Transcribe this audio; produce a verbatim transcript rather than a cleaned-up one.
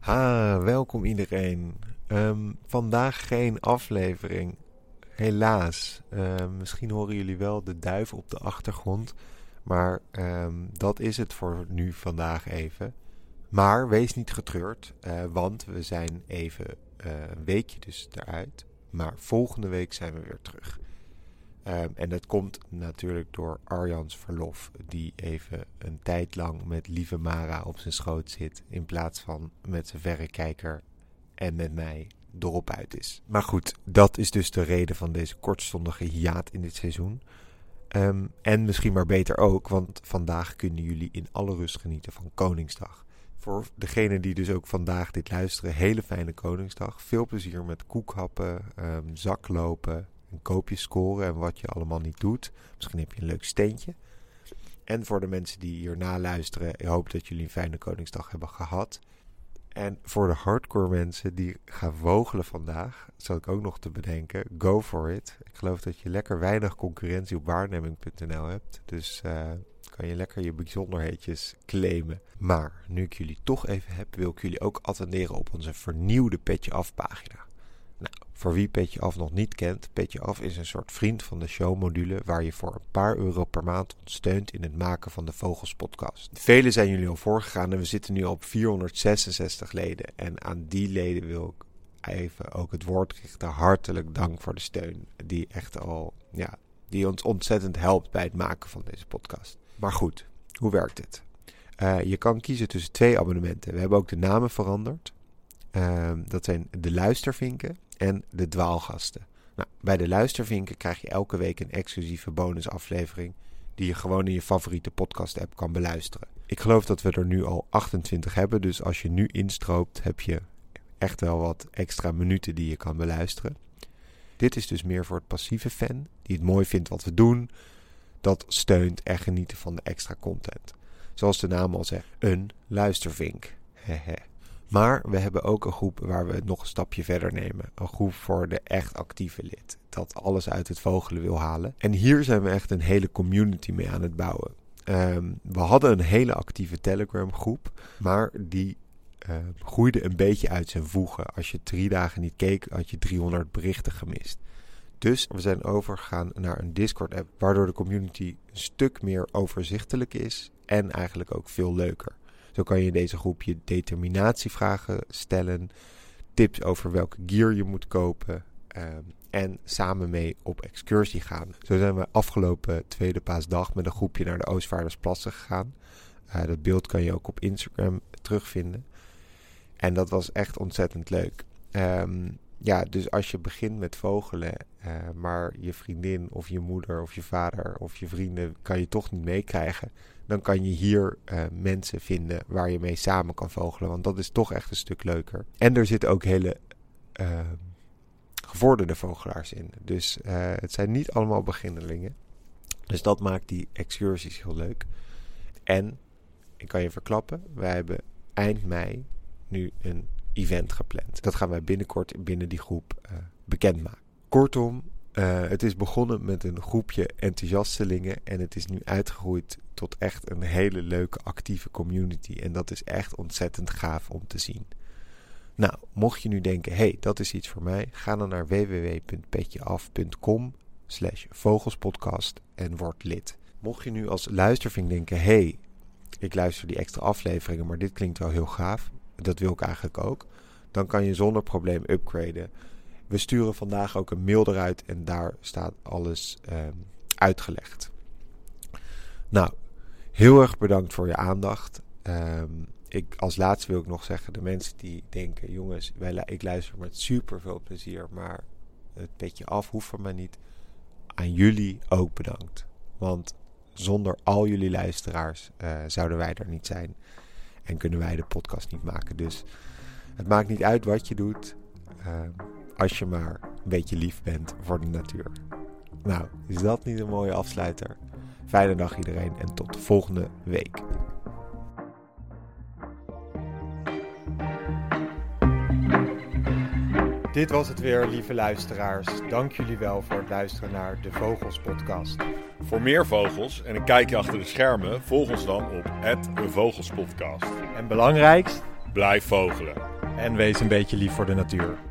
Ha, welkom iedereen. Um, vandaag geen aflevering. Helaas. Uh, misschien horen jullie wel de duif op de achtergrond. Maar um, dat is het voor nu vandaag even. Maar wees niet getreurd, uh, want we zijn even uh, een weekje dus eruit. Maar volgende week zijn we weer terug. Um, en dat komt natuurlijk door Arjans verlof, die even een tijd lang met lieve Mara op zijn schoot zit, in plaats van met zijn verrekijker en met mij erop uit is. Maar goed, dat is dus de reden van deze kortstondige hiaat in dit seizoen. Um, en misschien maar beter ook, want vandaag kunnen jullie in alle rust genieten van Koningsdag. Voor degenen die dus ook vandaag dit luisteren, hele fijne Koningsdag. Veel plezier met koekhappen, um, zaklopen, een koopje scoren en wat je allemaal niet doet. Misschien heb je een leuk steentje. En voor de mensen die hierna luisteren, ik hoop dat jullie een fijne Koningsdag hebben gehad. En voor de hardcore mensen die gaan vogelen vandaag, zat ik ook nog te bedenken, go for it. Ik geloof dat je lekker weinig concurrentie op waarneming punt n l hebt. Dus uh, kan je lekker je bijzonderheidjes claimen. Maar nu ik jullie toch even heb, wil ik jullie ook attenderen op onze vernieuwde Petje Af pagina. Nou, voor wie Petje Af nog niet kent, Petje Af is een soort vriend van de show module waar je voor een paar euro per maand ons steunt in het maken van de Vogels podcast. Velen zijn jullie al voorgegaan en we zitten nu op vierhonderdzesenzestig leden. En aan die leden wil ik even ook het woord richten. Hartelijk dank voor de steun die echt al, ja, die ons ontzettend helpt bij het maken van deze podcast. Maar goed, hoe werkt het? Uh, je kan kiezen tussen twee abonnementen. We hebben ook de namen veranderd. Uh, dat zijn de luistervinken en de dwaalgasten. Nou, bij de luistervinken krijg je elke week een exclusieve bonusaflevering die je gewoon in je favoriete podcast app kan beluisteren. Ik geloof dat we er nu al achtentwintig hebben, dus als je nu instroopt heb je echt wel wat extra minuten die je kan beluisteren. Dit is dus meer voor het passieve fan die het mooi vindt wat we doen, dat steunt en genieten van de extra content. Zoals de naam al zegt, een luistervink. Hehe. Maar we hebben ook een groep waar we het nog een stapje verder nemen. Een groep voor de echt actieve lid. Dat alles uit het vogelen wil halen. En hier zijn we echt een hele community mee aan het bouwen. Um, we hadden een hele actieve Telegram groep. Maar die uh, groeide een beetje uit zijn voegen. Als je drie dagen niet keek, had je driehonderd berichten gemist. Dus we zijn overgegaan naar een Discord app. Waardoor de community een stuk meer overzichtelijk is. En eigenlijk ook veel leuker. Zo kan je in deze groep je determinatievragen stellen, tips over welke gear je moet kopen um, en samen mee op excursie gaan. Zo zijn we afgelopen tweede paasdag met een groepje naar de Oostvaardersplassen gegaan. Uh, dat beeld kan je ook op Instagram terugvinden. En dat was echt ontzettend leuk. Um, ja, dus als je begint met vogelen, uh, maar je vriendin of je moeder of je vader of je vrienden kan je toch niet meekrijgen, dan kan je hier uh, mensen vinden waar je mee samen kan vogelen. Want dat is toch echt een stuk leuker. En er zitten ook hele uh, gevorderde vogelaars in. Dus uh, het zijn niet allemaal beginnelingen. Dus dat maakt die excursies heel leuk. En, ik kan je verklappen, wij hebben eind mei nu een event gepland. Dat gaan wij binnenkort binnen die groep uh, bekendmaken. Kortom, uh, het is begonnen met een groepje enthousiastelingen en het is nu uitgegroeid tot echt een hele leuke actieve community. En dat is echt ontzettend gaaf om te zien. Nou, mocht je nu denken, hey, dat is iets voor mij, ga dan naar w w w punt petjeaf punt com slash vogelspodcast en word lid. Mocht je nu als luistervink denken, hey, ik luister die extra afleveringen, maar dit klinkt wel heel gaaf, dat wil ik eigenlijk ook, dan kan je zonder probleem upgraden. We sturen vandaag ook een mail eruit en daar staat alles um, uitgelegd. Nou, heel erg bedankt voor je aandacht. Um, ik, als laatste wil ik nog zeggen, de mensen die denken, jongens, wij, ik luister met super veel plezier, maar het petje af hoeft van mij niet. Aan jullie ook bedankt. Want zonder al jullie luisteraars uh, zouden wij er niet zijn. En kunnen wij de podcast niet maken. Dus het maakt niet uit wat je doet. Uh, als je maar een beetje lief bent voor de natuur. Nou, is dat niet een mooie afsluiter? Fijne dag iedereen en tot volgende week. Dit was het weer, lieve luisteraars. Dank jullie wel voor het luisteren naar de Vogels podcast. Voor meer vogels en een kijkje achter de schermen, volg ons dan op at vogelspodcast. En belangrijkst, blijf vogelen. En wees een beetje lief voor de natuur.